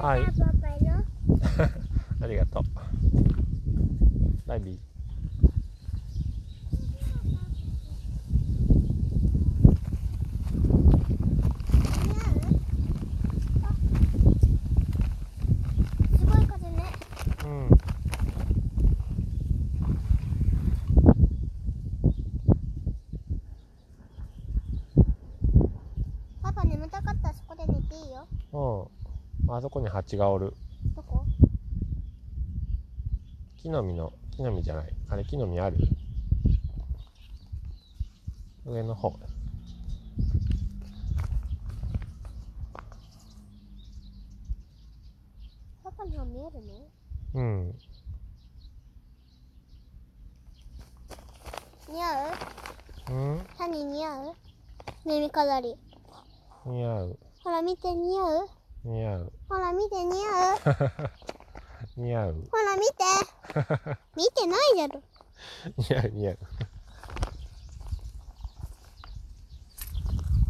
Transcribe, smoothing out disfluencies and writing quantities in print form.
はい。ありがとう。バイビー。 すごい風ね。 うん。 パパ眠たかったらそこで寝ていいよ。 うん。あそこに蜂がおる。 どこ？ 木の実じゃない。あれ木の実ある？上の方。 パパの方見えるの？ うん。 似合う？ うん。 歯に似合う？耳飾り。 似合う。 ほら見て、似合う？ 似合う。 ほら見て、似合う？ 似合う。 ほら見て。見てないじゃろ。 似合う似合う。